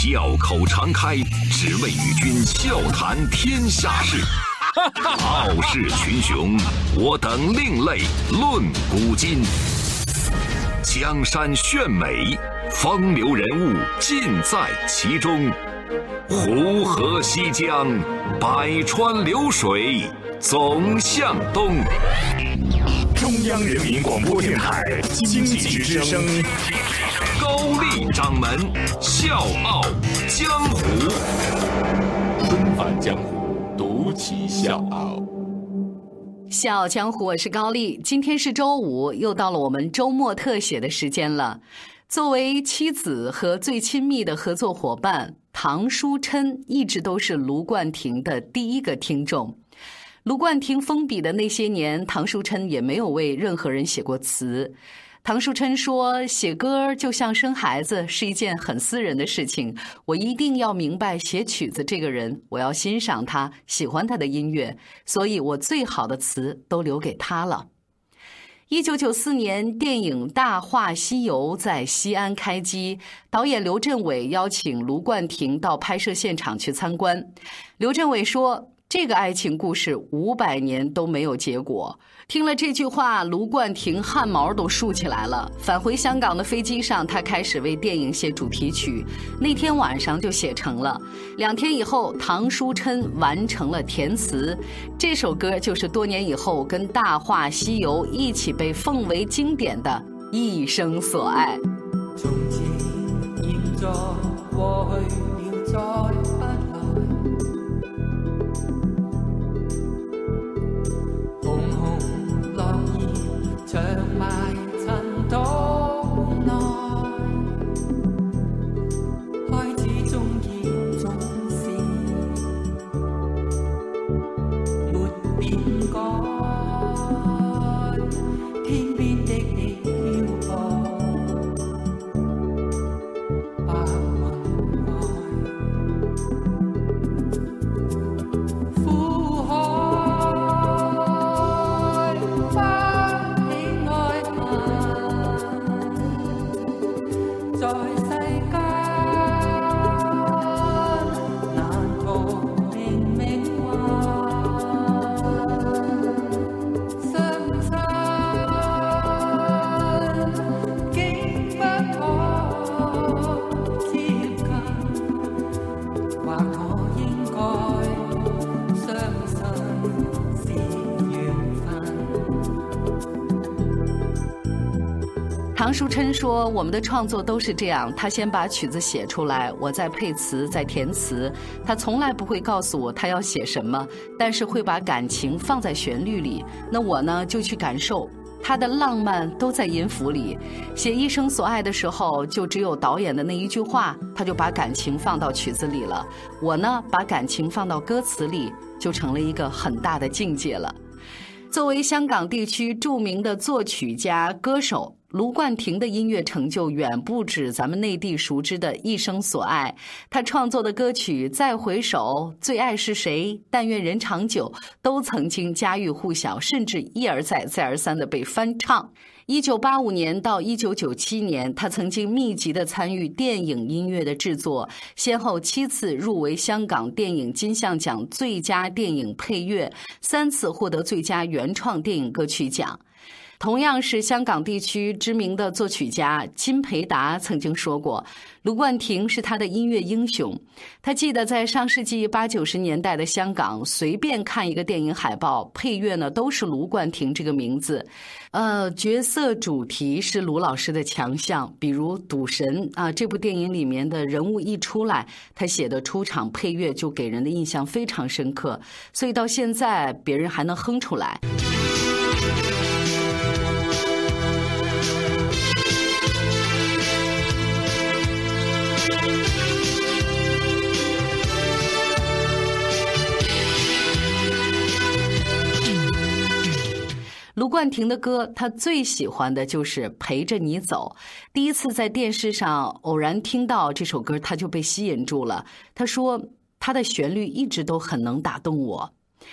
笑口常开，只为与君笑谈天下事。傲视群雄，我等另类论古今。江山炫美，风流人物尽在其中。湖河西江，百川流水总向东。 中央人民广播电台经济之声， 高丽掌门笑傲江湖， 重返江湖，独骑笑傲。 笑傲江湖，我是高丽。今天是周五，又到了我们周末特写的时间了。作为妻子和最亲密的合作伙伴，唐书琛一直都是卢冠廷的第一个听众。卢冠廷封笔的那些年，唐书琛也没有为任何人写过词。唐书琛说，写歌就像生孩子，是一件很私人的事情，我一定要明白写曲子这个人，我要欣赏他，喜欢他的音乐，所以我最好的词都留给他了。1994年，电影《大话西游》在西安开机，导演刘镇伟邀请卢冠廷到拍摄现场去参观。刘镇伟说，这个爱情故事500年都没有结果。听了这句话，卢冠廷汗毛都竖起来了。返回香港的飞机上，他开始为电影写主题曲，那天晚上就写成了。2天以后，唐书琛完成了填词。这首歌就是多年以后跟《大话西游》一起被奉为经典的《一生所愛》。 從前現在過去了再不來，紅紅落葉長埋塵土內，開始中意總是沒變改，天邊的你飄泊唐书琛说，我们的创作都是这样，他先把曲子写出来，我再配词再填词，他从来不会告诉我他要写什么，但是会把感情放在旋律里，那我呢就去感受，他的浪漫都在音符里。写《一生所爱》的时候，就只有导演的那一句话，他就把感情放到曲子里了，我呢把感情放到歌词里，就成了一个很大的境界了。作为香港地区著名的作曲家、歌手，卢冠廷的音乐成就远不止咱们内地熟知的《一生所爱》，他创作的歌曲《再回首》《最爱是谁》《但愿人长久》都曾经家喻户晓，甚至一而再、再而三的被翻唱。1985年到1997年，他曾经密集地参与电影音乐的制作，先后7次入围香港电影金像奖最佳电影配乐，3次获得最佳原创电影歌曲奖。同样是香港地区知名的作曲家金培达曾经说过，卢冠廷是他的音乐英雄。他记得在上世纪80、90年代的香港，随便看一个电影海报，配乐呢都是卢冠廷这个名字。角色主题是卢老师的强项，比如《赌神》这部电影里面的人物一出来，他写的出场配乐就给人的印象非常深刻，所以到现在别人还能哼出来。卢冠廷的歌，他最喜欢的就是《陪着你走》。第一次在电视上偶然听到这首歌，他就被吸引住了。他说，他的旋律一直都很能打动我。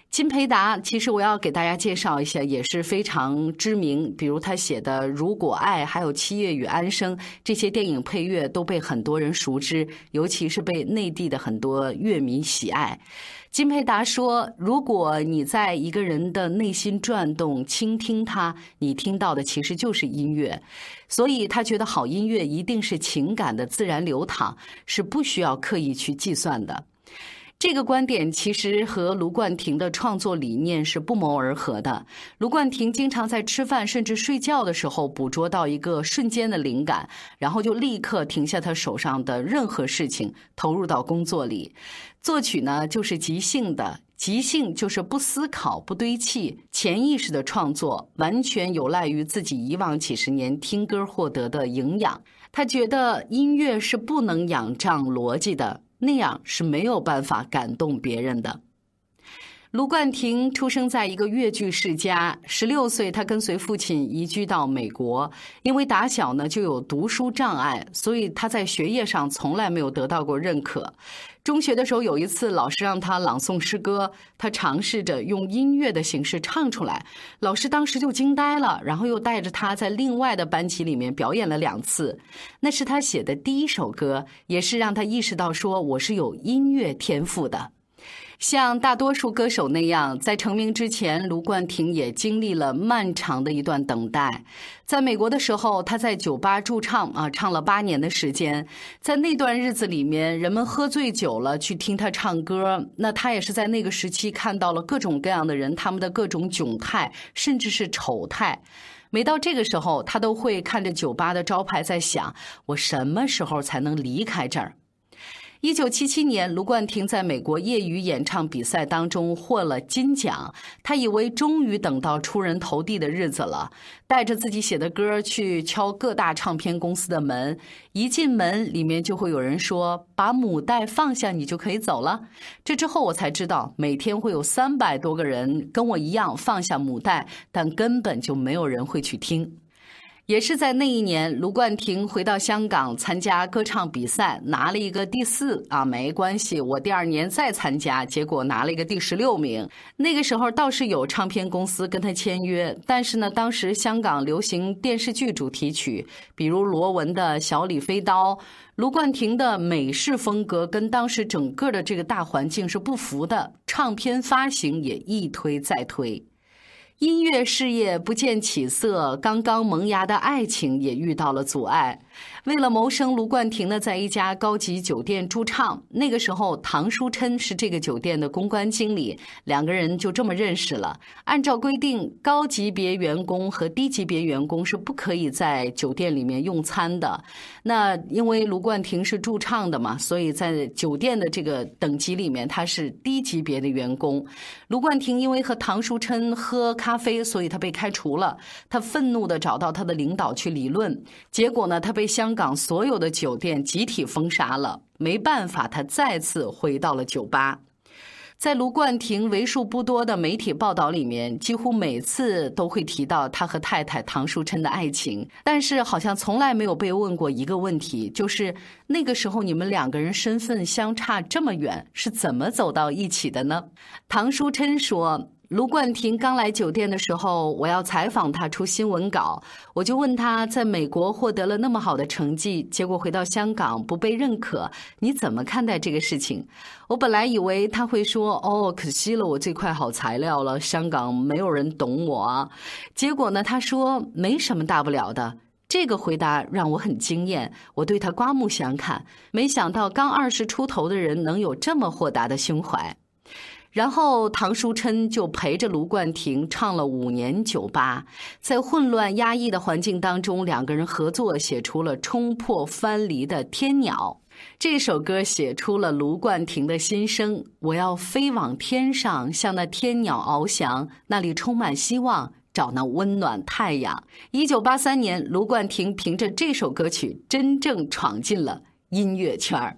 金培达其实我要给大家介绍一下，也是非常知名，比如他写的《如果爱》还有《七月与安生》这些电影配乐都被很多人熟知，尤其是被内地的很多乐迷喜爱。金培达说，如果你在一个人的内心转动，倾听他，你听到的其实就是音乐。所以他觉得好音乐一定是情感的自然流淌，是不需要刻意去计算的。这个观点其实和卢冠廷的创作理念是不谋而合的。卢冠廷经常在吃饭甚至睡觉的时候捕捉到一个瞬间的灵感，然后就立刻停下他手上的任何事情，投入到工作里。作曲呢，就是即兴的，即兴就是不思考、不堆砌，潜意识的创作，完全有赖于自己以往几十年听歌获得的营养。他觉得音乐是不能仰仗逻辑的，那样是没有办法感动别人的。卢冠廷出生在一个越剧世家，16岁他跟随父亲移居到美国，因为打小呢就有读书障碍，所以他在学业上从来没有得到过认可。中学的时候有一次老师让他朗诵诗歌，他尝试着用音乐的形式唱出来，老师当时就惊呆了，然后又带着他在另外的班级里面表演了2次。那是他写的第1首歌，也是让他意识到说我是有音乐天赋的。像大多数歌手那样，在成名之前，卢冠廷也经历了漫长的一段等待。在美国的时候，他在酒吧驻唱唱了8年的时间。在那段日子里面，人们喝醉酒了去听他唱歌，那他也是在那个时期看到了各种各样的人，他们的各种窘态，甚至是丑态。每到这个时候，他都会看着酒吧的招牌在想，我什么时候才能离开这儿。1977年，卢冠廷在美国业余演唱比赛当中获了金奖，他以为终于等到出人头地的日子了，带着自己写的歌去敲各大唱片公司的门，一进门里面就会有人说，把母带放下你就可以走了。这之后我才知道，每天会有300多个人跟我一样放下母带，但根本就没有人会去听。也是在那一年，卢冠廷回到香港参加歌唱比赛，拿了一个第4没关系，我第2年再参加，结果拿了一个第16名。那个时候倒是有唱片公司跟他签约，但是呢，当时香港流行电视剧主题曲，比如罗文的《小李飞刀》，卢冠廷的美式风格跟当时整个的这个大环境是不符的，唱片发行也一推再推。音乐事业不见起色，刚刚萌芽的爱情也遇到了阻碍。为了谋生，卢冠廷呢在一家高级酒店驻唱。那个时候，唐书琛是这个酒店的公关经理，2个人就这么认识了。按照规定，高级别员工和低级别员工是不可以在酒店里面用餐的。那因为卢冠廷是驻唱的嘛，所以在酒店的这个等级里面，他是低级别的员工。卢冠廷因为和唐书琛喝咖啡，所以他被开除了。他愤怒地找到他的领导去理论，结果呢，他被香港所有的酒店集体封杀了。没办法，他再次回到了酒吧。在卢冠廷为数不多的媒体报道里面，几乎每次都会提到他和太太唐书琛的爱情，但是好像从来没有被问过一个问题，就是那个时候你们2个人身份相差这么远，是怎么走到一起的呢？唐书琛说，卢冠廷刚来酒店的时候，我要采访他出新闻稿，我就问他在美国获得了那么好的成绩，结果回到香港不被认可，你怎么看待这个事情？我本来以为他会说，可惜了我这块好材料了，香港没有人懂我啊。结果呢，他说没什么大不了的。这个回答让我很惊艳，我对他刮目相看，没想到刚20出头的人能有这么豁达的胸怀。然后唐书琛就陪着卢冠廷唱了5年酒吧，在混乱压抑的环境当中，2个人合作写出了冲破藩篱的《天鸟》。这首歌写出了卢冠廷的心声，我要飞往天上，向那天鸟翱翔，那里充满希望，找那温暖太阳。1983年，卢冠廷凭着这首歌曲真正闯进了音乐圈儿。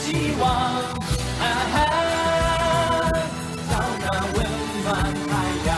找那温暖太阳。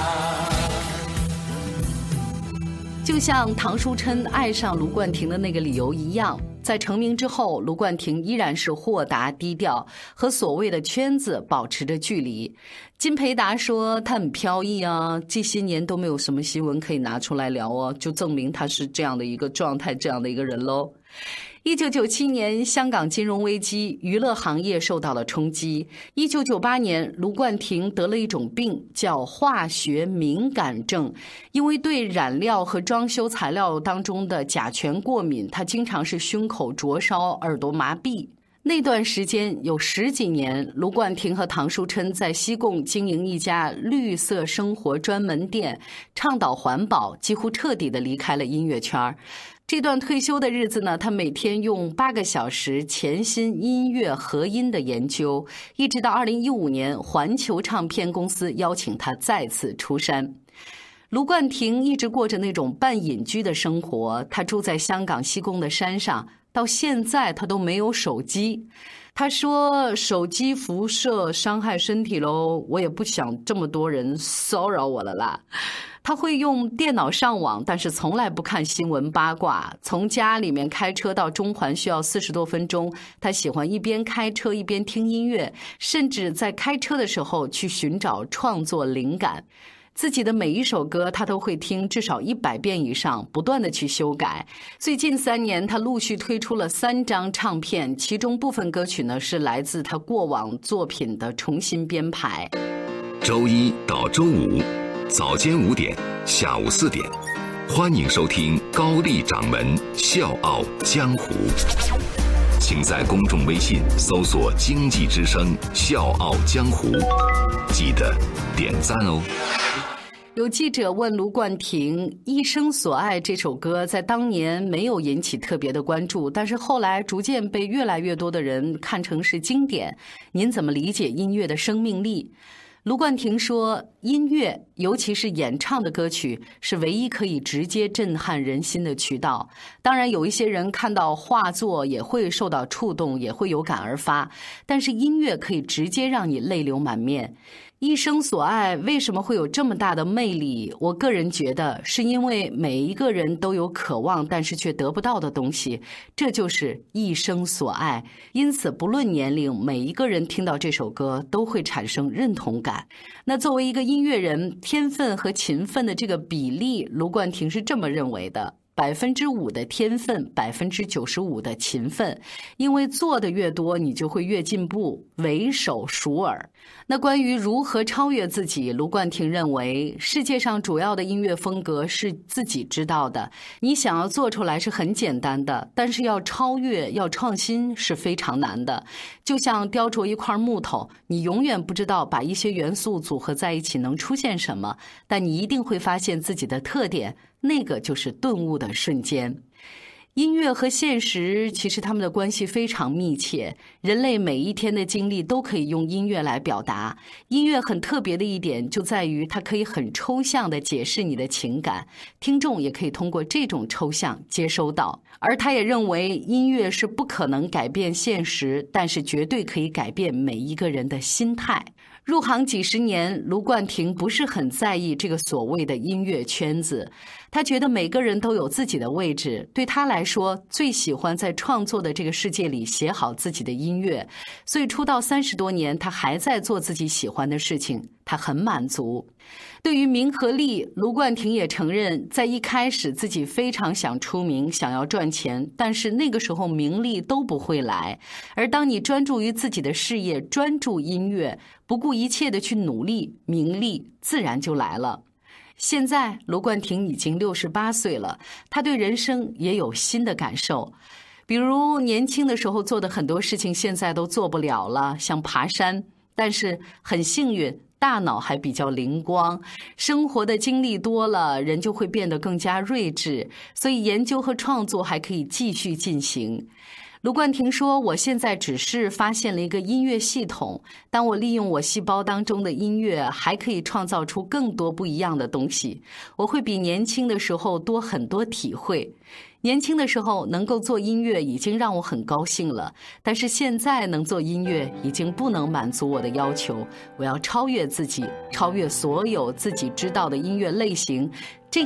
就像唐书琛爱上卢冠廷的那个理由一样，在成名之后，卢冠廷依然是豁达低调，和所谓的圈子保持着距离。金培达说他很飘逸啊，这些年都没有什么新闻可以拿出来聊哦，就证明他是这样的一个状态，这样的一个人喽。1997年，香港金融危机，娱乐行业受到了冲击。1998年，卢冠廷得了一种病，叫化学敏感症，因为对染料和装修材料当中的甲醛过敏，他经常是胸口灼烧、耳朵麻痹。那段时间有10几年，卢冠廷和唐书琛在西贡经营一家绿色生活专门店，倡导环保，几乎彻底地离开了音乐圈。这段退休的日子呢，他每天用8个小时潜心音乐和音的研究，一直到2015年，环球唱片公司邀请他再次出山。卢冠廷一直过着那种半隐居的生活，他住在香港西贡的山上，到现在他都没有手机。他说手机辐射伤害身体咯，我也不想这么多人骚扰我了啦。他会用电脑上网，但是从来不看新闻八卦。从家里面开车到中环需要40多分钟，他喜欢一边开车一边听音乐，甚至在开车的时候去寻找创作灵感。自己的每一首歌他都会听至少100遍以上，不断的去修改。最近3年他陆续推出了3张唱片，其中部分歌曲呢是来自他过往作品的重新编排。 周一到周五早间5点，下午4点，欢迎收听高丽掌门笑傲江湖。请在公众微信搜索经济之声笑傲江湖，记得点赞哦。 有记者问卢冠廷，《一生所爱》这首歌在当年没有引起特别的关注，但是后来逐渐被越来越多的人看成是经典。您怎么理解音乐的生命力？卢冠廷说，音乐，尤其是演唱的歌曲，是唯一可以直接震撼人心的渠道。当然，有一些人看到画作也会受到触动，也会有感而发，但是音乐可以直接让你泪流满面。一生所爱为什么会有这么大的魅力？我个人觉得是因为每一个人都有渴望但是却得不到的东西，这就是一生所爱。因此不论年龄，每一个人听到这首歌都会产生认同感。那作为一个音乐人，天分和勤奋的这个比例，卢冠廷是这么认为的：5%的天分，95%的勤奋，因为做的越多，你就会越进步，为手熟耳。那关于如何超越自己，卢冠廷认为，世界上主要的音乐风格是自己知道的，你想要做出来是很简单的，但是要超越、要创新是非常难的。就像雕琢一块木头，你永远不知道把一些元素组合在一起能出现什么，但你一定会发现自己的特点，那个就是顿悟的瞬间。音乐和现实其实他们的关系非常密切，人类每一天的经历都可以用音乐来表达。音乐很特别的一点就在于它可以很抽象地解释你的情感，听众也可以通过这种抽象接收到。而他也认为音乐是不可能改变现实，但是绝对可以改变每一个人的心态。入行几十年，卢冠廷不是很在意这个所谓的音乐圈子，他觉得每个人都有自己的位置，对他来说，最喜欢在创作的这个世界里写好自己的音乐，所以出道30多年，他还在做自己喜欢的事情，他很满足。对于名和利，卢冠廷也承认，在一开始自己非常想出名，想要赚钱，但是那个时候名利都不会来。而当你专注于自己的事业，专注音乐，不顾一切的去努力，名利自然就来了。现在卢冠廷已经68岁了，他对人生也有新的感受。比如年轻的时候做的很多事情现在都做不了了，像爬山，但是很幸运，大脑还比较灵光，生活的经历多了，人就会变得更加睿智，所以研究和创作还可以继续进行。卢冠廷说，我现在只是发现了一个音乐系统，当我利用我细胞当中的音乐，还可以创造出更多不一样的东西，我会比年轻的时候多很多体会。年轻的时候能够做音乐已经让我很高兴了，但是现在能做音乐已经不能满足我的要求，我要超越自己，超越所有自己知道的音乐类型，这样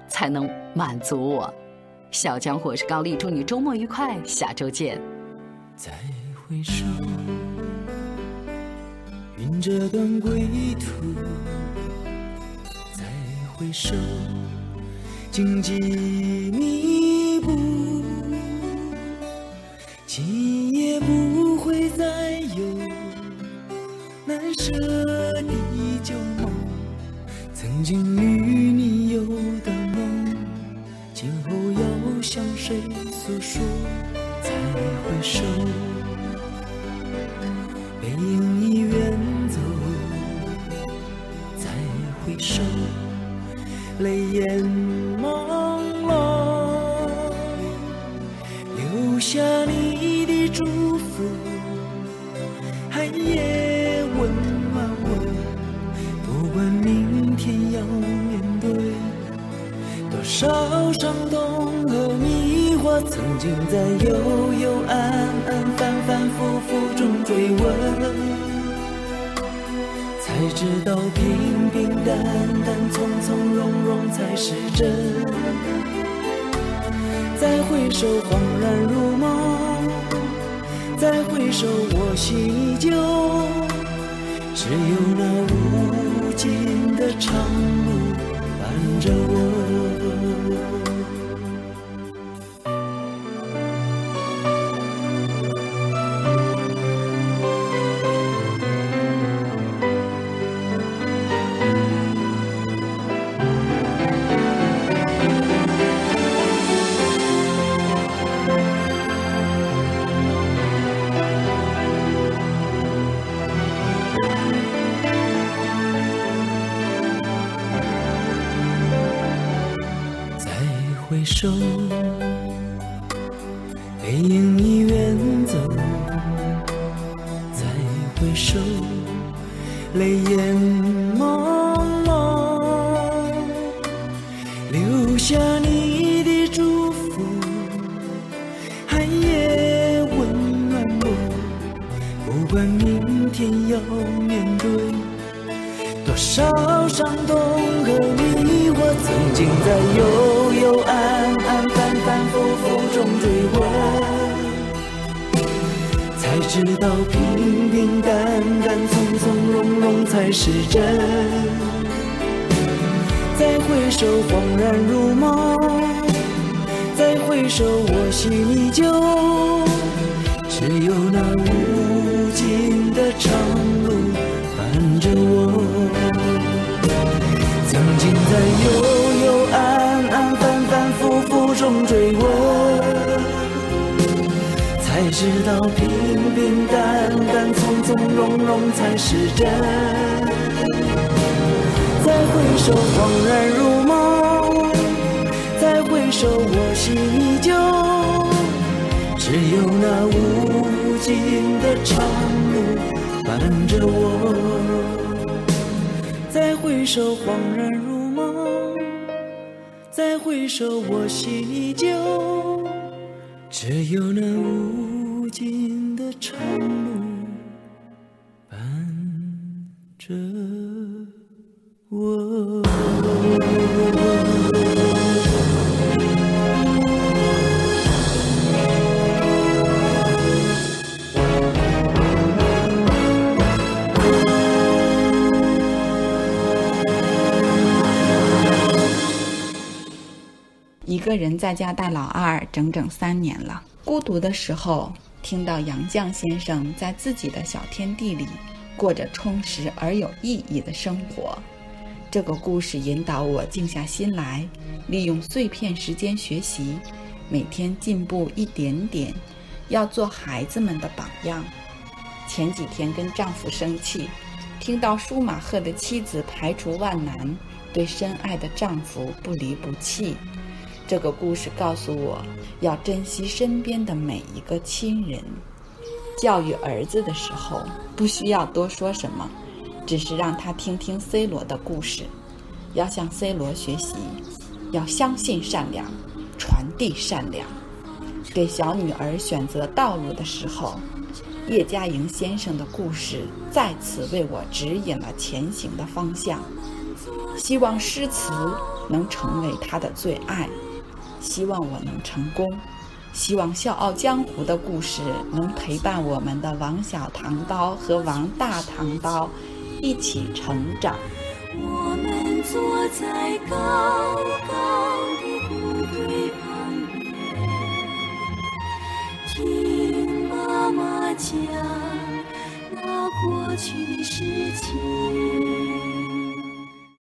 才能满足我。小江湖，我是高丽，祝你周末愉快，下周见。 再回首，云这段归途，再回首，荆棘密布，今夜不会再有难舍的旧梦，曾经与你有的梦，今后要向谁诉说？再回首，背影已远走，再回首，泪眼朦胧，留下你的祝福，寒夜温暖我，不管明天要面对多少伤痛和迷惑，曾经在幽幽暗暗反反复复中追问，才知道平平淡淡从从容容才是真。再回首恍然如梦，再回首我心依旧，只有那无尽的长路伴着我。回首，背影已远走，再回首，泪眼朦胧，留下你的祝福，寒夜温暖我，不管明天要面对多少伤痛和迷惑，曾经在幽幽暗暗反反复复中追问，才知道平平淡淡从从容容才是真。再回首恍然如梦，再回首我心依旧，只有那无尽的长路伴着我。曾经在幽幽暗暗反反复复中追问，才知道平平淡淡从从容容才是真。再回首恍然如梦，再回首我心依旧，只有那无尽的长路伴着我。再回首恍然如梦，再回首我心依旧，只有那无尽的长路伴着我。 一个人在家带老二整整3年了，孤独的时候，听到杨绛先生在自己的小天地里过着充实而有意义的生活。这个故事引导我静下心来，利用碎片时间学习，每天进步一点点，要做孩子们的榜样。前几天跟丈夫生气，听到舒马赫的妻子排除万难，对深爱的丈夫不离不弃。这个故事告诉我，要珍惜身边的每一个亲人。教育儿子的时候，不需要多说什么，只是让他听听 C 罗的故事，要向 C 罗学习，要相信善良，传递善良。给小女儿选择道路的时候，叶嘉莹先生的故事再次为我指引了前行的方向。 希望诗词能成为他的最爱，希望我能成功，希望《笑傲江湖》的故事能陪伴我们的王小唐刀和王大唐刀一起成长。 我们坐在高高的谷堆旁边，听妈妈讲那过去的事情。